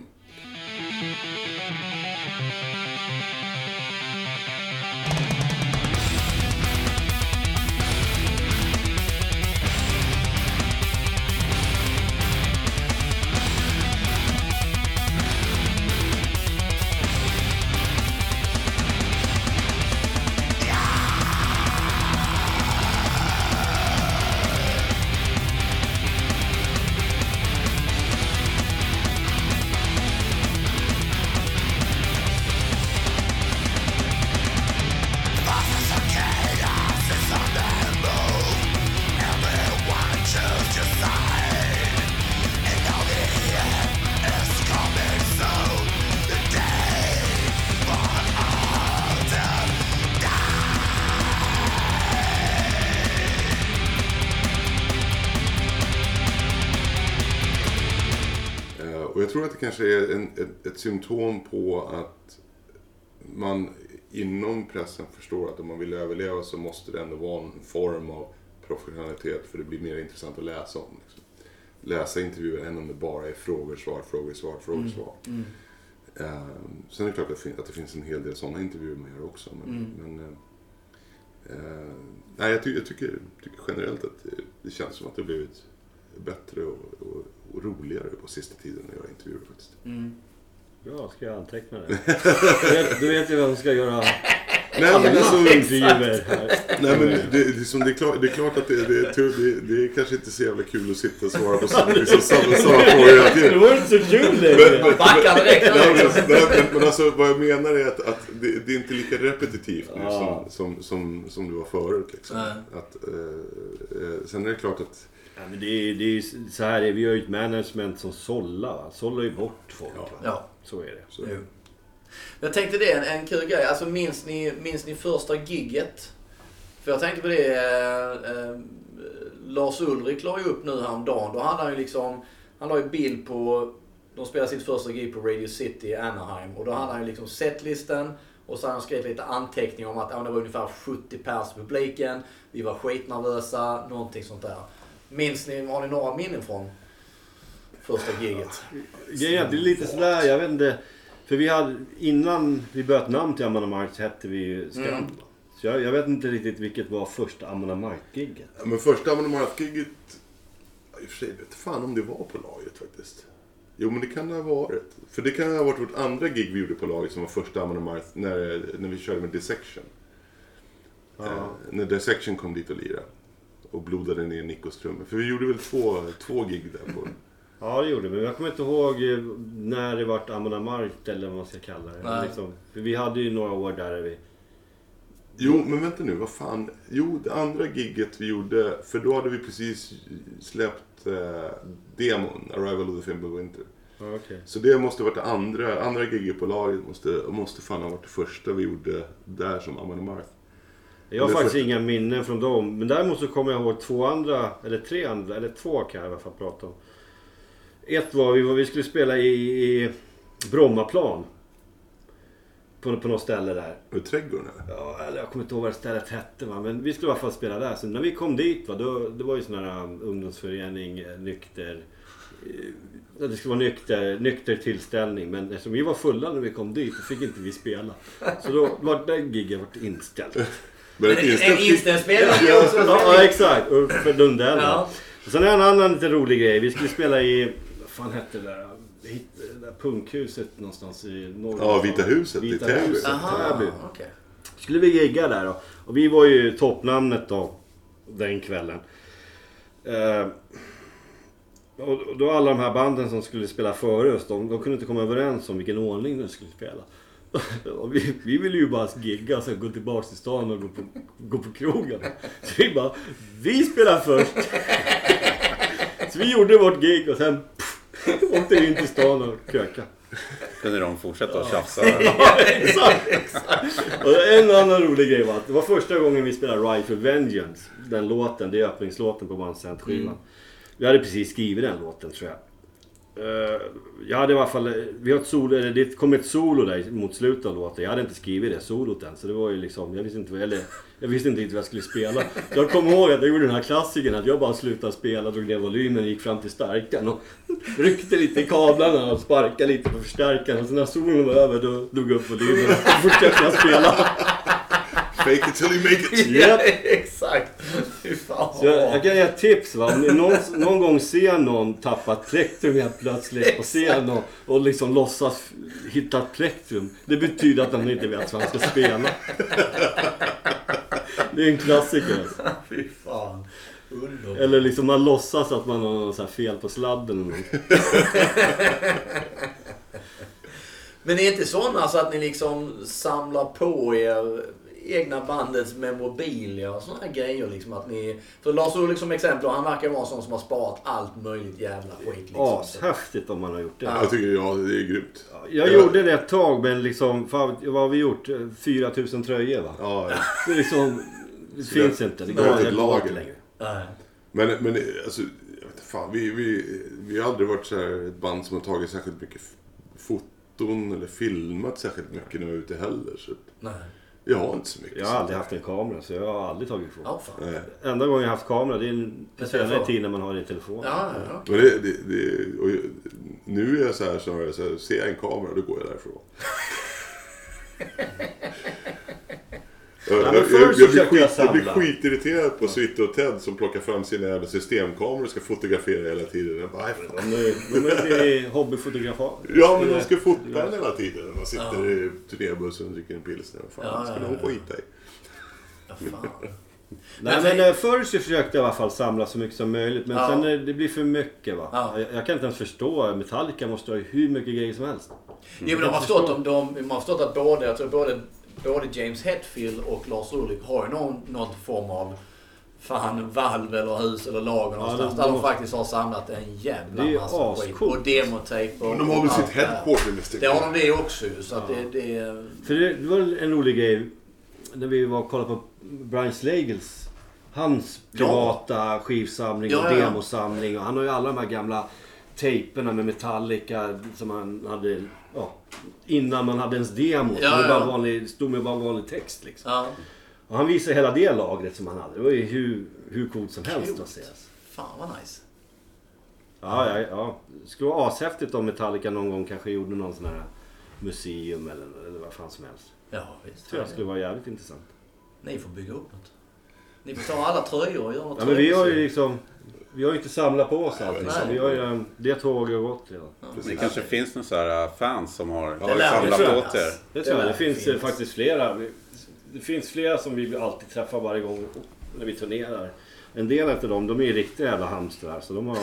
Och jag tror att det kanske är ett symptom på att man inom pressen förstår att om man vill överleva så måste det ändå vara en form av professionalitet, för det blir mer intressant att läsa om. Liksom. Läsa intervjuer än om det bara är frågor, svar. Sen är det klart att det finns en hel del sådana intervjuer man gör också. Nej, jag tycker generellt att det känns som att det har blivit bättre och roligare på sista tiden att göra intervjuer faktiskt. Bra, ska jag anteckna det? Du vet ju vad de ska göra Nej, men alltså, Nej, men det är klart att det är kanske inte så jävla kul att sitta och svara på samma frågor hela tiden. Det var inte så kul längre. Men alltså vad jag menar är att det är inte lika repetitivt nu som det var förut liksom. Att, sen är det klart att men det är så här, vi har ju ett management som sållar ju bort folk. Ja. Så är det. Så. Jag tänkte det är en kul grej. Alltså minns ni första gigget? För jag tänkte på det. Lars Ulrik la ju upp nu häromdagen. Då hade han ju liksom, han la ju bild på, de spelade sitt första gig på Radio City i Anaheim. Och då hade han ju liksom setlisten. Och så hade han skrivit lite anteckningar om att det var ungefär 70 pers i publiken. Vi var skitnervösa, någonting sånt där. Har ni några minnen från första giget? Ja, det är lite sådär, jag vet inte. För vi hade, innan vi bytte namn till Amon Amarth så hette vi Skam. Så jag vet inte riktigt vilket var första Amon Amarth-gigget. Ja, men första Amon Amarth-gigget, i och för sig vet fan om det var på laget faktiskt. Jo, men det kan det ha varit. För det kan ha varit vårt andra gig vi gjorde på laget som var första Amon Amarth när vi körde med Dissection. När Dissection kom dit och lirade. Och blodade ner Nikos trummor. För vi gjorde väl två gig där på. Ja, det gjorde vi. Men jag kommer inte ihåg när det var Amon Amarth eller vad man ska kalla det. Liksom, för vi hade ju några år där vi... Jo, men vänta nu, vad fan. Jo, det andra gigget vi gjorde, för då hade vi precis släppt demon, Arrival of the Fimble Winter. Okay. Så det måste ha varit det andra gigget på laget, måste fan ha varit det första vi gjorde där som Amon Amarth. Jag har faktiskt inga minnen från dem, men däremot så kommer jag ihåg två kan jag i alla fall prata om. Ett var vi skulle spela i Brommaplan. På något ställe där. I trädgården? Ja, eller jag kommer inte ihåg vad stället hette, va? Men vi skulle i alla fall spela där. Så när vi kom dit, va, det var ju sån här ungdomsförening, nykter. Det skulle vara nykter tillställning, men eftersom vi var fulla när vi kom dit så fick inte vi spela. Så då var den giggen inställd. Men en inställd spelare? Ja, exakt. För Lundell. Ja. Och sen är en annan lite rolig grej. Vi skulle spela i, vad fan hette det där? Det där punkhuset någonstans i norr. Ja, Vita huset i Täby. Aha, okay. Skulle vi gigga där då. Och vi var ju toppnamnet då den kvällen. Och då alla de här banden som skulle spela före oss, de kunde inte komma överens om vilken ordning de skulle spela. Och vi ville ju bara gigga och gå tillbaka till stan och gå på krogen. Så vi spelar först. Så vi gjorde vårt gig och sen åkte in till stan och kröka. Kunde de fortsätta att tjafsa? Ja, exakt. Och en annan rolig grej var att det var första gången vi spelade Rifle Vengeance. Den låten, det är öppningslåten på Manscent-skivan. Vi hade precis skrivit den låten, tror jag. Jag hade i alla fall, vi har ett solo, eller det kom ett solo där mot slutet av låten. Jag hade inte skrivit det solot än, så det var ju liksom, jag visste inte riktigt vad jag skulle spela. Jag kommer ihåg att jag gjorde den här klassiken, att jag bara slutade spela, drog ner volymen, gick fram till stärkan och ryckte lite i kablarna och sparkade lite på förstärkaren. Och så när solen var över, då drog jag upp volymen och fortsatte jag spela. Fake it till you make it. Ja, exakt. Så jag kan ge ett tips, va? Om ni någon gång ser någon tappa plektrum helt plötsligt och ser någon och liksom låtsas hitta ett plektrum, det betyder att de inte vet vad han ska spela. Det är en klassiker. Fy fan. Eller liksom man låtsas att man har något så här fel på sladden. Men är inte sådana så att ni liksom samlar på er egna bandets memorabilia och såna här grejer liksom, att ni, för Lars Ulrik som exempel, han verkar vara en sån som har sparat allt möjligt jävla skit liksom. Häftigt om man har gjort det. Jag tycker det är grymt. Jag gjorde det ett tag, men liksom, vad har vi gjort? 4000 tröjor, va? Ja. Det är liksom, det finns inte. Det går inte lager längre. Nej. Men alltså, jag vet inte fan, vi har aldrig varit så här ett band som har tagit särskilt mycket foton eller filmat särskilt mycket när vi är ute heller. Så. Nej. Jag har inte så mycket. Jag har aldrig haft en kamera, så jag har aldrig tagit foton. Ja, fan. Enda gången jag har haft kamera, det är en senare tid när man har det i telefon. Ja. Men och nu är jag så här, ser jag en kamera, då går jag därifrån. Jag blir skitirriterad på Switte och Ted som plockar fram sina jävla systemkameror och ska fotografera hela tiden. De är hobbyfotografer. Ja, men de ska fota hela tiden. Man sitter i turnébussen och dricker en pilsner. Fan, ska de skita i? Ja, fan. Nej, men förr så försökte jag i alla fall samla så mycket som möjligt. Men sen det blir för mycket, va? Ja. Jag kan inte ens förstå. Metallica måste ha hur mycket grejer som helst. Jo, men de har förstått att både James Hetfield och Lars Ulrich har ju någon form av valv eller hus eller lager någonstans där de faktiskt har samlat en jävla massa skit. Och demotejp. Men de har väl sitt headquarter. Det har de det också. Så att det... För det var en rolig grej. När vi var och kollade på Brian Slagels, hans privata skivsamling och demosamling. Och han har ju alla de här gamla tejperna med Metallica som han hade innan man hade ens demo. Stod med bara vanlig text liksom. Ja. Och han visade hela det lagret som han hade. Det var ju hur coolt som helst att se. Fan vad nice. Ja. Det skulle vara ashäftigt om Metallica någon gång kanske gjorde någon sån här museum eller vad fan som helst. Ja, visst. Jag tror det skulle vara jävligt intressant. Ni får bygga upp något. Ni får ta alla tröjor och göra något. Ja, men vi har ju liksom... Vi har ju inte samlat på oss allt. Liksom. Vi har ju det tåget och gått redan. Ja, det kanske finns några så här fans som har samlat åt er. Det tror jag. Det finns faktiskt flera. Det finns flera som vi alltid träffar varje gång när vi turnerar. En del av dem, de är ju riktiga jävla hamstrar. Så de har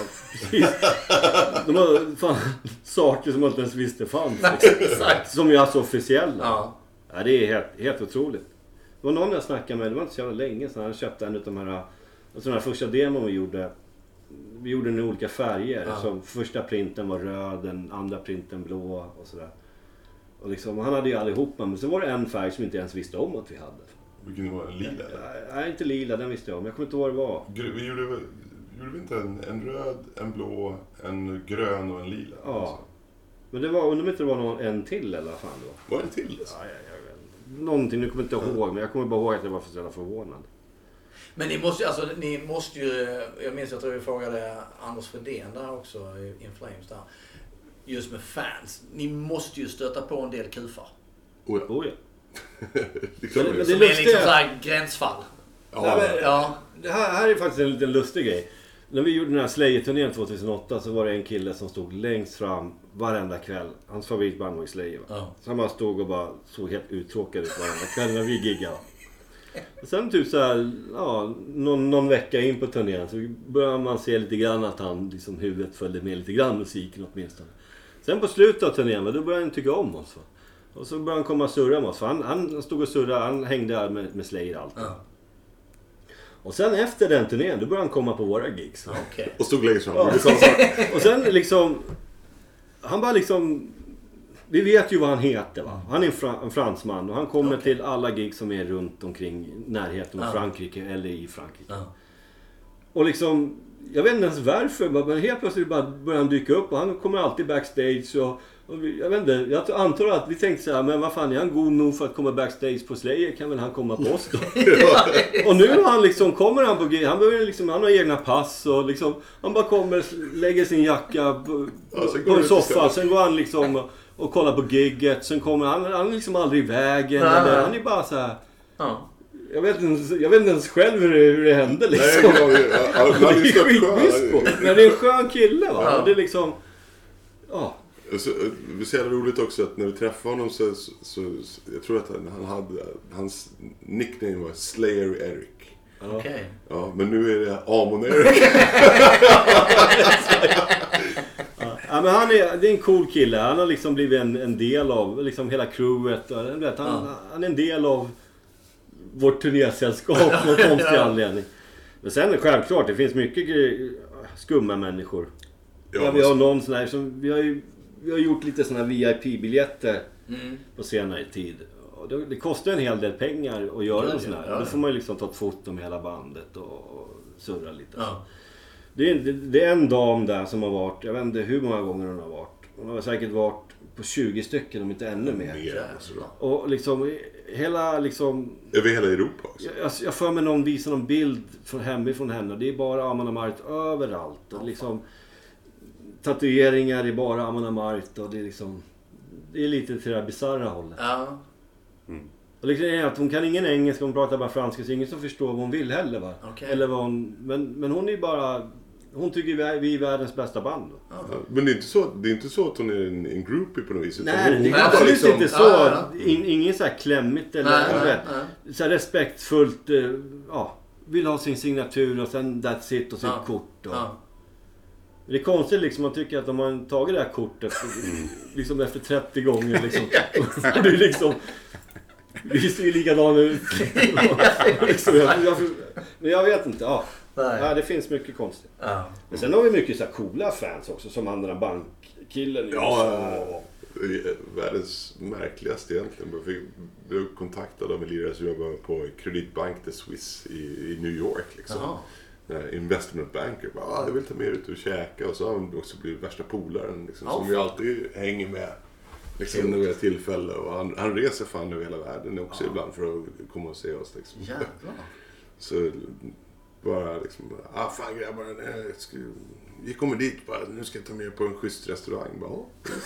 fan saker som man inte ens visste fanns. Liksom. Som är alltså officiella. Ja, det är helt otroligt. Det var någon jag snackade med, det var inte så jävla länge sedan. Han köpte en av de här, alltså den här första demon vi gjorde. Vi gjorde den i olika färger. Så första printen var röd, den andra printen blå och sådär. Och liksom, han hade ju allihopa, men så var det en färg som inte ens visste om att vi hade. Vilken var det? Lila? Nej, inte lila, den visste jag om. Jag kommer inte ihåg vad det var. Vi gjorde inte en röd, en blå, en grön och en lila? Ja. Alltså. Men det var, undrar om inte det var en till eller vad fan det var. Var det en till? Alltså? Ja, någonting, nu kommer jag inte ihåg, men jag kommer bara ihåg att jag var förvånad. Men ni måste ju, jag minns jag tror vi frågade Anders Fredén där också i In Flames där. Just med fans. Ni måste ju stöta på en del kufar. Oh ja. Som är liksom så här gränsfall. Det här är faktiskt en liten lustig grej. När vi gjorde den här Slayer-turnén 2008 så var det en kille som stod längst fram varenda kväll. Hans favoritband var Slayer. Så han bara stod och bara såg helt uttråkad ut varenda kväll när vi giggade. Och sen typ så här, någon vecka in på turnén så började man se lite grann att han liksom huvudet följde med lite grann musiken åtminstone. Sen på slutet av turnén då började han tycka om oss. Och så började han komma och surra med oss. För han stod och surrade, han hängde där med Slayer alltid. Och sen efter den turnén, då började han komma på våra gigs. Okay. Och stod längst fram. Och sen liksom, han bara liksom, vi vet ju vad han heter va. Han är en fransman och han kommer till alla gigs som är runt omkring närheten av Frankrike eller i Frankrike. Och liksom, jag vet inte ens varför, men helt plötsligt bara börjar han dyka upp och han kommer alltid backstage och jag vet inte, jag antar att vi tänkte så här, men vad fan är han god nog för att komma backstage på Slayer, kan väl han komma på oss då? Och nu han liksom, kommer han på han börjar liksom, han har egna pass och liksom, han bara kommer, lägger sin jacka på en soffa, sen går han liksom och kollar på gigget, sen kommer han liksom aldrig i vägen, eller, han är bara så här. Jag vet inte ens själv hur det hände liksom. Nej, det är skitmyssko. Men det är en skön kille va? Det är liksom, Så, det är så jävla roligt också att när vi träffade honom så jag tror att han hade, hans nickname var Slayer Eric. Okay. Ja, men nu är det Amon Eric. Ja, men det är en cool kille. Han har liksom blivit en del av liksom hela crewet. Han är en del av vårt turnésällskap på någon konstig anledning. Men sen självklart, det finns mycket skumma människor. Vi har någon sån här som vi har gjort lite såna här VIP-biljetter på senare tid. Och det kostar en hel del pengar att göra en sån här. Då får man ju liksom ta ett foto med hela bandet och surra lite. Det är en dam där som har varit, jag vet inte hur många gånger hon har varit. Hon har säkert varit på 20 stycken om inte ännu mer. Och liksom hela liksom... Över hela Europa också. Jag får med någon visa någon bild hemifrån henne. Det är bara Amon Amarth överallt. Och liksom... Tatueringar är bara Amon Amarth och det är liksom, det är lite till det här bizarra hållet. Och Och liksom är att hon kan ingen engelska, hon pratar bara franska, så ingen som förstår vad hon vill heller, va? Okay. Eller vad hon, men hon är bara, hon tycker vi är världens bästa band. Ja, men det är inte så att hon är en groupie på något vis. Nej, det är absolut liksom, inte så. Ingen så här klämmigt eller så här respektfullt, vill ha sin signatur och sen that's it och sitt kort. Och. Det är konstigt liksom, man tycker att om man tagit det här kortet liksom efter 30 gånger liksom, det är liksom, vi ser ju likadana ut. Liksom, men jag vet inte, ja, det finns mycket konstigt. Men sen har vi mycket så här coola fans också, som andra bankkillen. Ja, världens märkligaste egentligen. Vi blev kontaktade av en lirare som jobbar på Kreditbank The Swiss i New York liksom. Investment banker. Jag vill ta med ut och käka. Och så har han också blivit värsta polaren liksom, som vi alltid hänger med liksom, några tillfällen. Och han reser fan över hela världen också ibland för att komma och se oss liksom. Så bara liksom, fan grabbar, vi kommer dit bara, nu ska jag ta med på en schysst restaurang. Bara,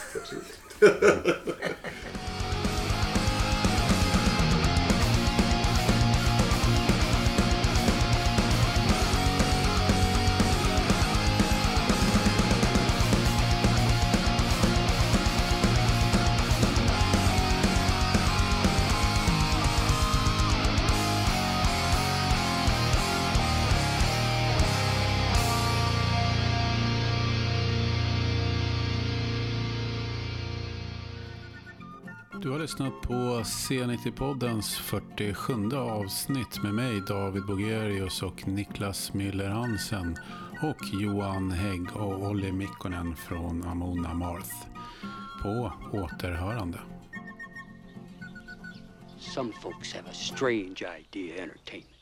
Du har lyssnat på C90-poddens 47 avsnitt med mig, David Bogerius och Niklas Miller Hansen och Johan Hägg och Olli Mikkonen från Amon Amarth. På återhörande. Some folks have a strange idea of entertainment.